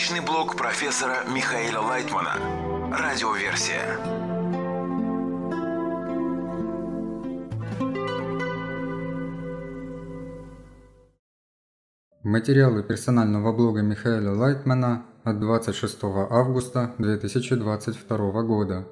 Научный блог профессора Михаила Лайтмана. Радиоверсия. Материалы персонального блога Михаила Лайтмана от 26 августа 2022 года.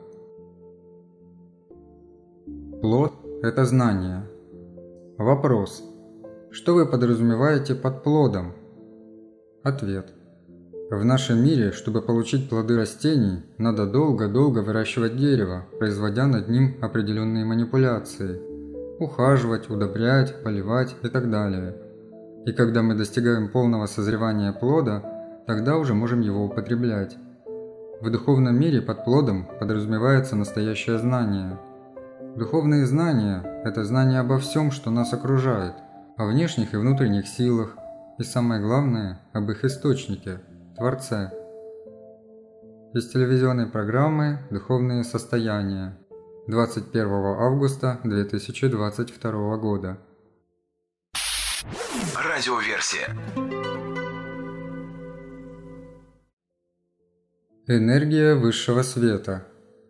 Плод – это знание. Вопрос. Что вы подразумеваете под плодом? Ответ. В нашем мире, чтобы получить плоды растений, надо долго-долго выращивать дерево, производя над ним определенные манипуляции. Ухаживать, удобрять, поливать и так далее. И когда мы достигаем полного созревания плода, тогда уже можем его употреблять. В духовном мире под плодом подразумевается настоящее знание. Духовные знания – это знания обо всем, что нас окружает, о внешних и внутренних силах, и самое главное – об их источнике – Творце. Из телевизионной программы «Духовные состояния» 21 августа 2022 года. Радиоверсия. Энергия высшего света.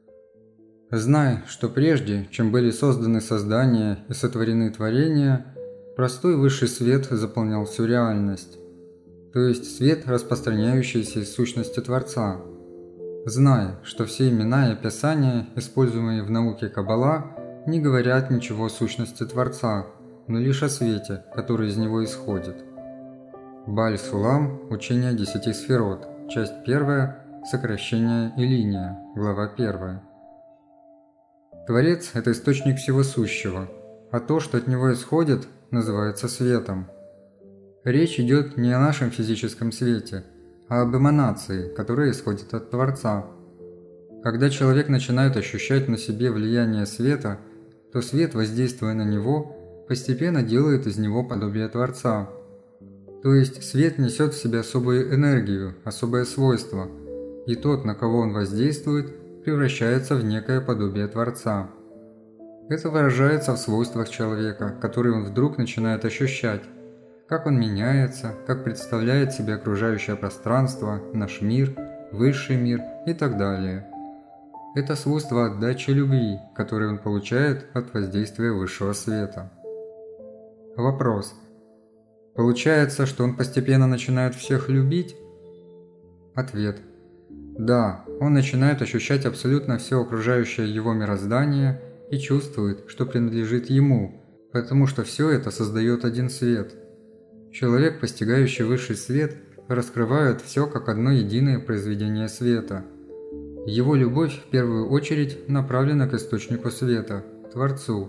Знай, что прежде, чем были созданы создания и сотворены творения, простой высший свет заполнял всю реальность, то есть свет, распространяющийся из сущности Творца. Знай, что все имена и описания, используемые в науке Каббала, не говорят ничего о сущности Творца, но лишь о свете, который из него исходит. Бааль-Сулам. Учение 10 сферот. Часть 1. Сокращение и линия. Глава 1. Творец – это источник всего сущего, а то, что от него исходит, называется светом. Речь идет не о нашем физическом свете, а об эманации, которая исходит от Творца. Когда человек начинает ощущать на себе влияние света, то свет, воздействуя на него, постепенно делает из него подобие Творца. То есть свет несет в себе особую энергию, особое свойство, и тот, на кого он воздействует, превращается в некое подобие Творца. Это выражается в свойствах человека, которые он вдруг начинает ощущать, как он меняется, как представляет себе окружающее пространство, наш мир, высший мир и так далее. Это свойство отдачи любви, которое он получает от воздействия высшего света. Вопрос. Получается, что он постепенно начинает всех любить? Ответ. Да, он начинает ощущать абсолютно все окружающее его мироздание и чувствует, что принадлежит ему, потому что все это создает один свет. Человек, постигающий высший свет, раскрывает все как одно единое произведение света. Его любовь в первую очередь направлена к источнику света, Творцу.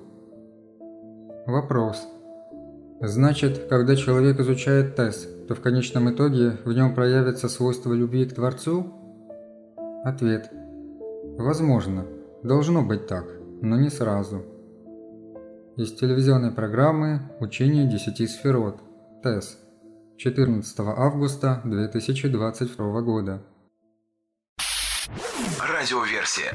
Вопрос. Значит, когда человек изучает ТЭС, то в конечном итоге в нем проявится свойство любви к Творцу? Ответ. Возможно, должно быть так, но не сразу. Из телевизионной программы «Учение 10 сферот» ТЭС 14 августа 2022 года. Радиоверсия.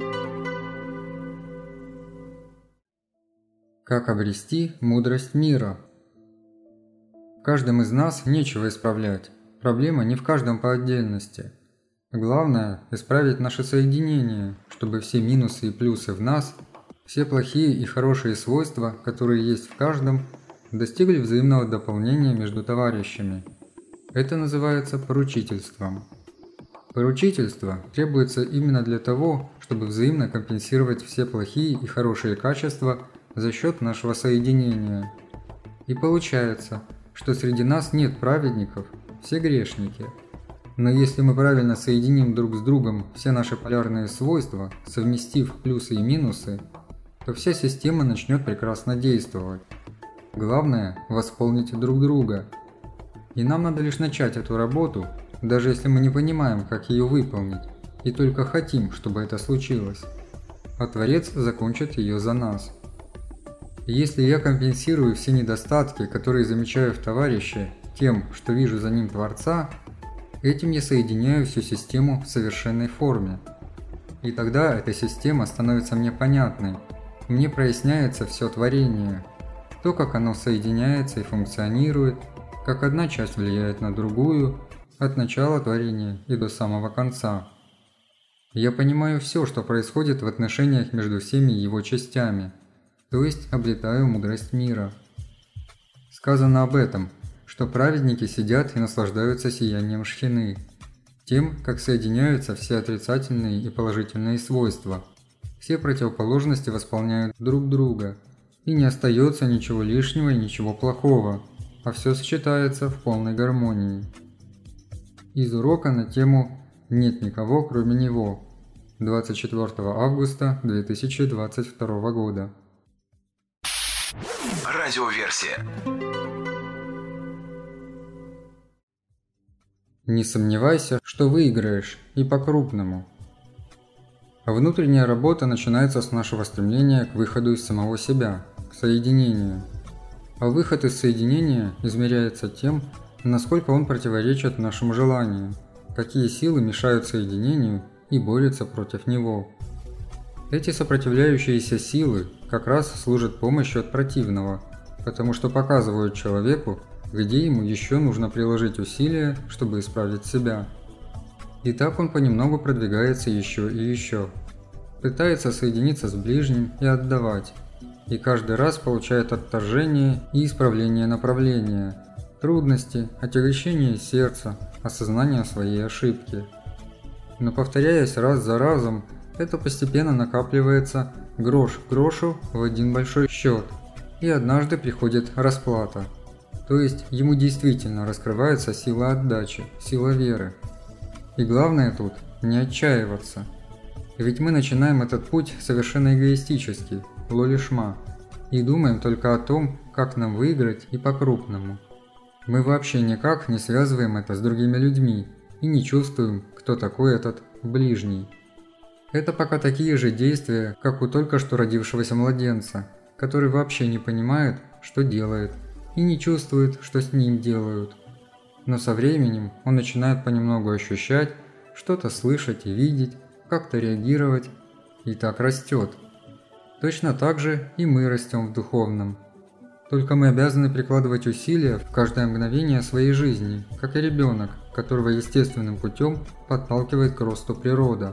Как обрести мудрость мира? В каждом из нас нечего исправлять. Проблема не в каждом по отдельности. Главное – исправить наше соединение, чтобы все минусы и плюсы в нас, все плохие и хорошие свойства, которые есть в каждом, достигли взаимного дополнения между товарищами. Это называется поручительством. Поручительство требуется именно для того, чтобы взаимно компенсировать все плохие и хорошие качества за счет нашего соединения. И получается, что среди нас нет праведников, все грешники. Но если мы правильно соединим друг с другом все наши полярные свойства, совместив плюсы и минусы, то вся система начнет прекрасно действовать. Главное – восполнить друг друга. И нам надо лишь начать эту работу, даже если мы не понимаем, как ее выполнить, и только хотим, чтобы это случилось. А Творец закончит ее за нас. Если я компенсирую все недостатки, которые замечаю в товарище, тем, что вижу за ним Творца, этим я соединяю всю систему в совершенной форме. И тогда эта система становится мне понятной. Мне проясняется все творение, то, как оно соединяется и функционирует, как одна часть влияет на другую, от начала творения и до самого конца. Я понимаю все, что происходит в отношениях между всеми его частями, то есть обретаю мудрость мира. Сказано об этом, что праведники сидят и наслаждаются сиянием Шхины, тем, как соединяются все отрицательные и положительные свойства, все противоположности восполняют друг друга, и не остается ничего лишнего и ничего плохого, а все сочетается в полной гармонии. Из урока на тему «Нет никого, кроме него», 24 августа 2022 года. Радиоверсия. Не сомневайся, что выиграешь, и по-крупному. Внутренняя работа начинается с нашего стремления к выходу из самого себя, к соединению. А выход из соединения измеряется тем, насколько он противоречит нашему желанию, какие силы мешают соединению и борются против него. Эти сопротивляющиеся силы как раз служат помощью от противного, потому что показывают человеку, где ему еще нужно приложить усилия, чтобы исправить себя. И так он понемногу продвигается еще и еще. Пытается соединиться с ближним и отдавать. И каждый раз получает отторжение и исправление направления, трудности, отягощение сердца, осознание своей ошибки. Но повторяясь раз за разом, это постепенно накапливается грош к грошу в один большой счет, и однажды приходит расплата. То есть ему действительно раскрывается сила отдачи, сила веры. И главное тут не отчаиваться. Ведь мы начинаем этот путь совершенно эгоистически, лолишма, и думаем только о том, как нам выиграть и по-крупному. Мы вообще никак не связываем это с другими людьми и не чувствуем, кто такой этот ближний. Это пока такие же действия, как у только что родившегося младенца, который вообще не понимает, что делает, и не чувствует, что с ним делают. Но со временем он начинает понемногу ощущать, что-то слышать и видеть, как-то реагировать, и так растет. Точно так же и мы растем в духовном. Только мы обязаны прикладывать усилия в каждое мгновение своей жизни, как и ребенок, которого естественным путем подталкивает к росту природа.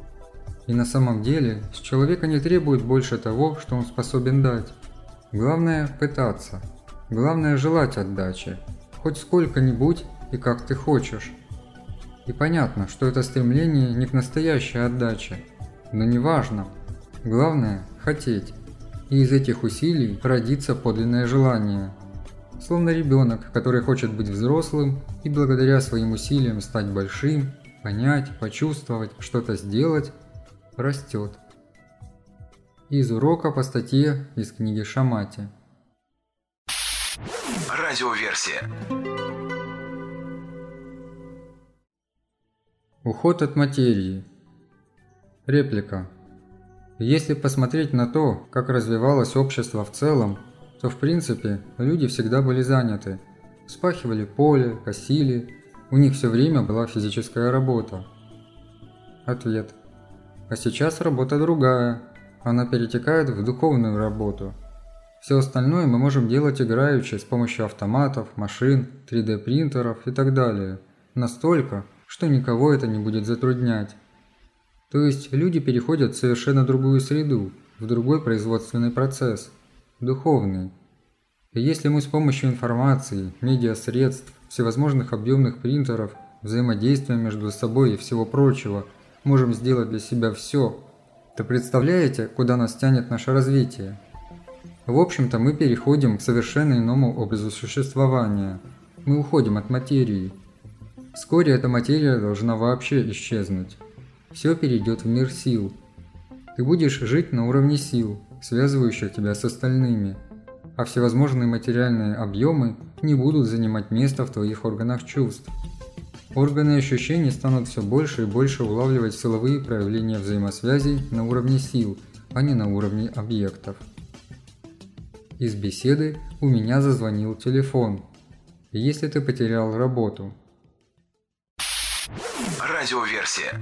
И на самом деле с человека не требует больше того, что он способен дать. Главное – пытаться. Главное – желать отдачи. Хоть сколько-нибудь и как ты хочешь. И понятно, что это стремление не к настоящей отдаче. Но не важно. Главное – хотеть. И из этих усилий родится подлинное желание. Словно ребенок, который хочет быть взрослым и благодаря своим усилиям стать большим, понять, почувствовать, что-то сделать, растет. Из урока по статье из книги Шамати. Радиоверсия. Уход от материи. Реплика. Если посмотреть на то, как развивалось общество в целом, то в принципе люди всегда были заняты. Вспахивали поле, косили, у них все время была физическая работа. Ответ. А сейчас работа другая, она перетекает в духовную работу. Все остальное мы можем делать играючи с помощью автоматов, машин, 3D-принтеров и так далее. Настолько, что никого это не будет затруднять. То есть люди переходят в совершенно другую среду, в другой производственный процесс, духовный. И если мы с помощью информации, медиасредств, всевозможных объемных принтеров, взаимодействия между собой и всего прочего можем сделать для себя все, то представляете, куда нас тянет наше развитие? В общем-то, мы переходим к совершенно иному образу существования. Мы уходим от материи. Вскоре эта материя должна вообще исчезнуть. Все перейдет в мир сил. Ты будешь жить на уровне сил, связывающих тебя с остальными, а всевозможные материальные объемы не будут занимать место в твоих органах чувств. Органы ощущений станут все больше и больше улавливать силовые проявления взаимосвязей на уровне сил, а не на уровне объектов. Из беседы у меня зазвонил телефон. Если ты потерял работу. Радиоверсия.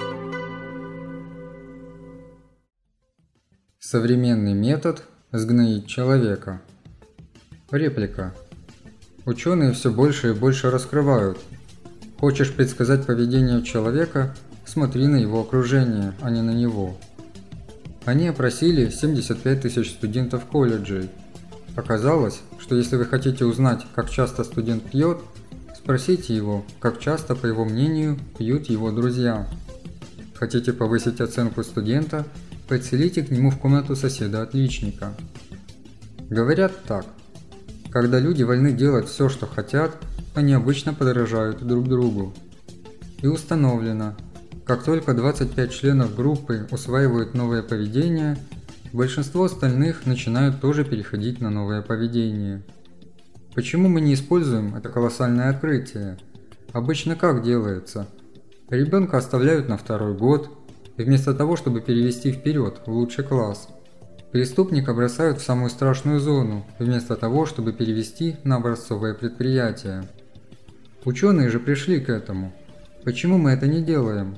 Современный метод сгноить человека. Реплика. Ученые все больше и больше раскрывают. Хочешь предсказать поведение человека? Смотри на его окружение, а не на него. Они опросили 75 тысяч студентов колледжей. Оказалось, что если вы хотите узнать, как часто студент пьет, спросите его, как часто, по его мнению, пьют его друзья. Хотите повысить оценку студента? Подселите к нему в комнату соседа-отличника. Говорят так: когда люди вольны делать все, что хотят, они обычно подражают друг другу. И установлено, как только 25 членов группы усваивают новое поведение, большинство остальных начинают тоже переходить на новое поведение. Почему мы не используем это колоссальное открытие? Обычно как делается? Ребенка оставляют на второй год, и вместо того, чтобы перевести вперед в лучший класс, преступника бросают в самую страшную зону, вместо того, чтобы перевести на образцовое предприятие. Ученые же пришли к этому. Почему мы это не делаем?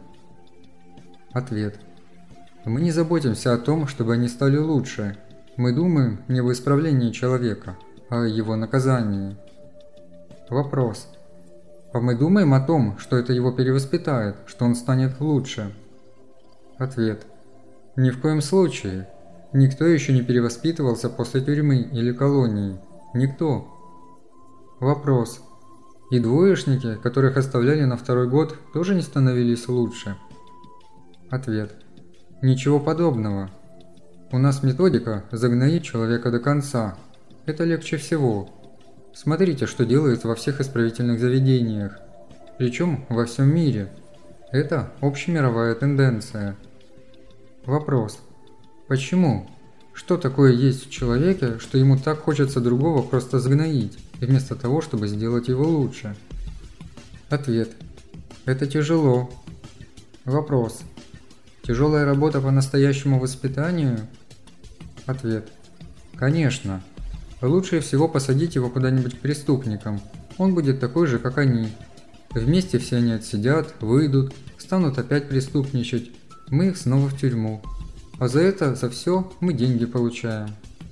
Ответ. Мы не заботимся о том, чтобы они стали лучше. Мы думаем не об исправлении человека, а о его наказании. Вопрос. А мы думаем о том, что это его перевоспитает, что он станет лучше? Ответ. Ни в коем случае. Никто еще не перевоспитывался после тюрьмы или колонии. Никто. Вопрос. И двоечники, которых оставляли на второй год, тоже не становились лучше? Ответ. Ничего подобного. У нас методика загноить человека до конца. Это легче всего. Смотрите, что делают во всех исправительных заведениях. Причем во всем мире. Это общемировая тенденция. Вопрос. Почему? Что такое есть в человеке, что ему так хочется другого просто загноить, вместо того, чтобы сделать его лучше? Ответ. Это тяжело. Вопрос. Тяжелая работа по настоящему воспитанию? Ответ. Конечно. Лучше всего посадить его куда-нибудь к преступникам. Он будет такой же, как они. Вместе все они отсидят, выйдут, станут опять преступничать. Мы их снова в тюрьму. А за это, за все мы деньги получаем.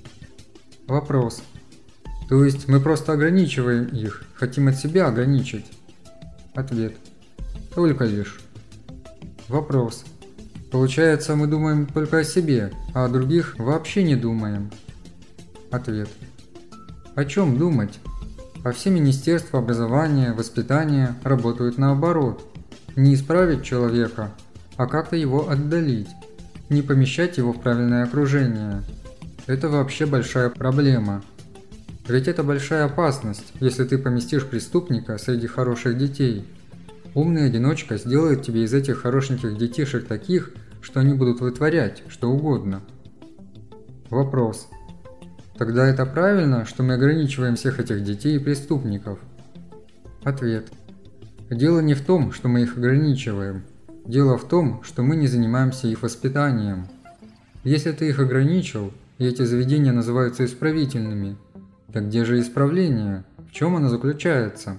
Вопрос. То есть мы просто ограничиваем их, хотим от себя ограничить? Ответ. Только лишь. Вопрос. Получается, мы думаем только о себе, а о других вообще не думаем? Ответ. О чем думать? А все министерства образования, воспитания работают наоборот. Не исправить человека, а как-то его отдалить. Не помещать его в правильное окружение. Это вообще большая проблема. Ведь это большая опасность, если ты поместишь преступника среди хороших детей. Умный одиночка сделает тебе из этих хорошеньких детишек таких, что они будут вытворять что угодно. Вопрос. Тогда это правильно, что мы ограничиваем всех этих детей и преступников? Ответ. Дело не в том, что мы их ограничиваем. Дело в том, что мы не занимаемся их воспитанием. Если ты их ограничил, и эти заведения называются исправительными, так где же исправление? В чем оно заключается?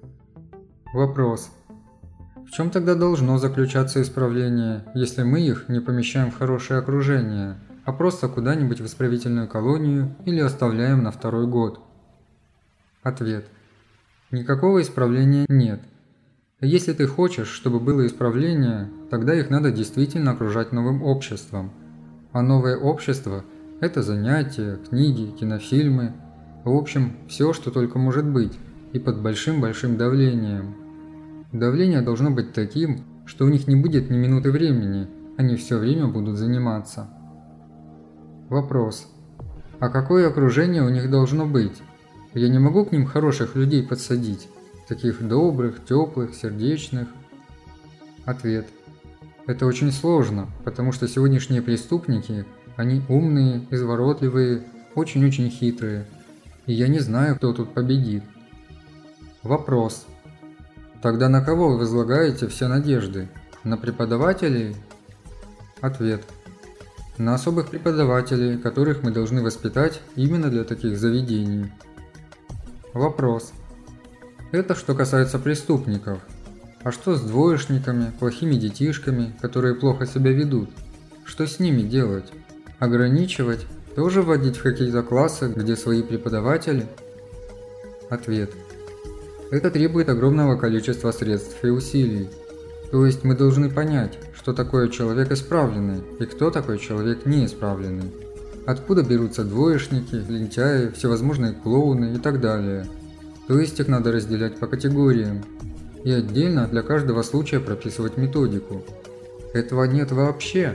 Вопрос. В чем тогда должно заключаться исправление, если мы их не помещаем в хорошее окружение, а просто куда-нибудь в исправительную колонию или оставляем на второй год? Ответ. Никакого исправления нет. Если ты хочешь, чтобы было исправление, тогда их надо действительно окружать новым обществом. А новое общество – это занятия, книги, кинофильмы, в общем, все, что только может быть, и под большим-большим давлением. Давление должно быть таким, что у них не будет ни минуты времени, они все время будут заниматься. Вопрос. А какое окружение у них должно быть? Я не могу к ним хороших людей подсадить, таких добрых, теплых, сердечных? Ответ. Это очень сложно, потому что сегодняшние преступники, они умные, изворотливые, очень-очень хитрые. И я не знаю, кто тут победит. Вопрос. Тогда на кого вы возлагаете все надежды? На преподавателей? Ответ. На особых преподавателей, которых мы должны воспитать именно для таких заведений. Вопрос. Это что касается преступников. А что с двоечниками, плохими детишками, которые плохо себя ведут? Что с ними делать? Ограничивать? Тоже вводить в какие-то классы, где свои преподаватели? Ответ. Это требует огромного количества средств и усилий. То есть мы должны понять, что такое человек исправленный и кто такой человек неисправленный. Откуда берутся двоечники, лентяи, всевозможные клоуны и так далее. То есть их надо разделять по категориям и отдельно для каждого случая прописывать методику. Этого нет вообще.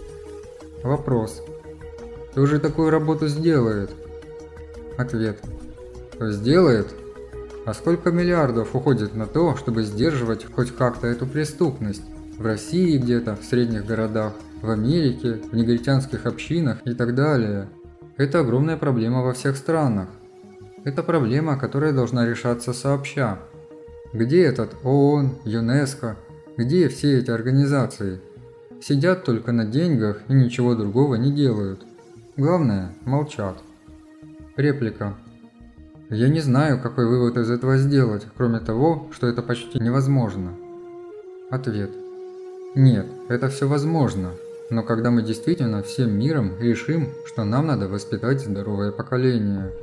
Вопрос. Кто же такую работу сделает? Ответ. Кто сделает? А сколько миллиардов уходит на то, чтобы сдерживать хоть как-то эту преступность? В России где-то, в средних городах, в Америке, в негритянских общинах и так далее. Это огромная проблема во всех странах. Это проблема, которая должна решаться сообща. Где этот ООН, ЮНЕСКО, где все эти организации? Сидят только на деньгах и ничего другого не делают. Главное, молчат. Реплика. Я не знаю, какой вывод из этого сделать, кроме того, что это почти невозможно. Ответ. Нет, это все возможно, но когда мы действительно всем миром решим, что нам надо воспитать здоровое поколение.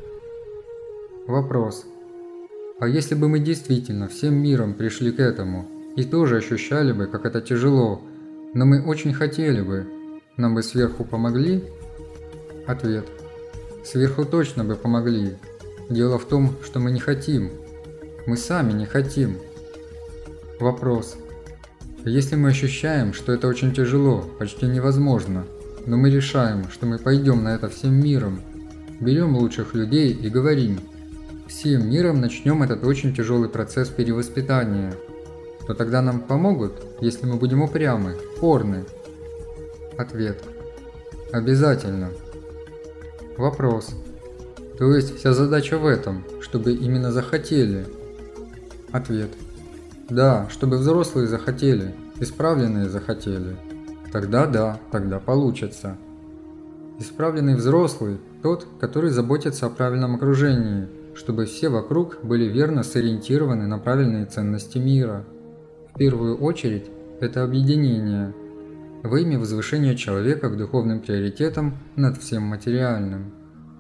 Вопрос. А если бы мы действительно всем миром пришли к этому и тоже ощущали бы, как это тяжело, но мы очень хотели бы, нам бы сверху помогли? Ответ. Сверху точно бы помогли. Дело в том, что мы не хотим. Мы сами не хотим. Вопрос. Если мы ощущаем, что это очень тяжело, почти невозможно, но мы решаем, что мы пойдем на это всем миром, берем лучших людей и говорим, всем миром начнем этот очень тяжелый процесс перевоспитания, то тогда нам помогут, если мы будем упрямы, упорны? Ответ. Обязательно. Вопрос. То есть вся задача в этом, чтобы именно захотели? Ответ. Да, чтобы взрослые захотели, исправленные захотели. Тогда да, тогда получится. Исправленный взрослый – тот, который заботится о правильном окружении, чтобы все вокруг были верно сориентированы на правильные ценности мира. В первую очередь, это объединение во имя возвышения человека к духовным приоритетам над всем материальным.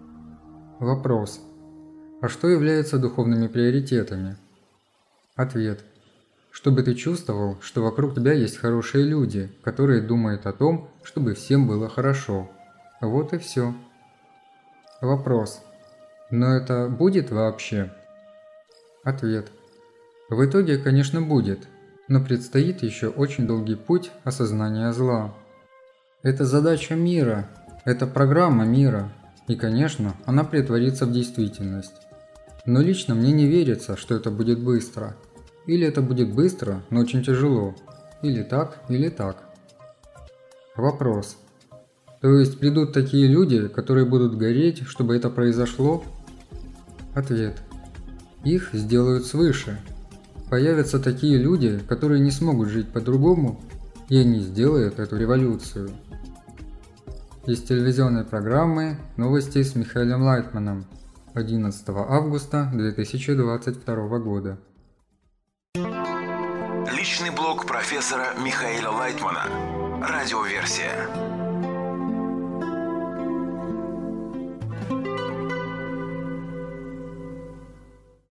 Вопрос. А что является духовными приоритетами? Ответ. Чтобы ты чувствовал, что вокруг тебя есть хорошие люди, которые думают о том, чтобы всем было хорошо. Вот и все. Вопрос. Но это будет вообще? Ответ. В итоге, конечно, будет, но предстоит еще очень долгий путь осознания зла. Это задача мира, это программа мира. И, конечно, она претворится в действительность. Но лично мне не верится, что это будет быстро. Или это будет быстро, но очень тяжело. Или так, или так. Вопрос. То есть придут такие люди, которые будут гореть, чтобы это произошло? Ответ. Их сделают свыше. Появятся такие люди, которые не смогут жить по-другому, и они сделают эту революцию. Из телевизионной программы «Новости с Михаилом Лайтманом» 11 августа 2022 года. Личный блог профессора Михаила Лайтмана. Радиоверсия.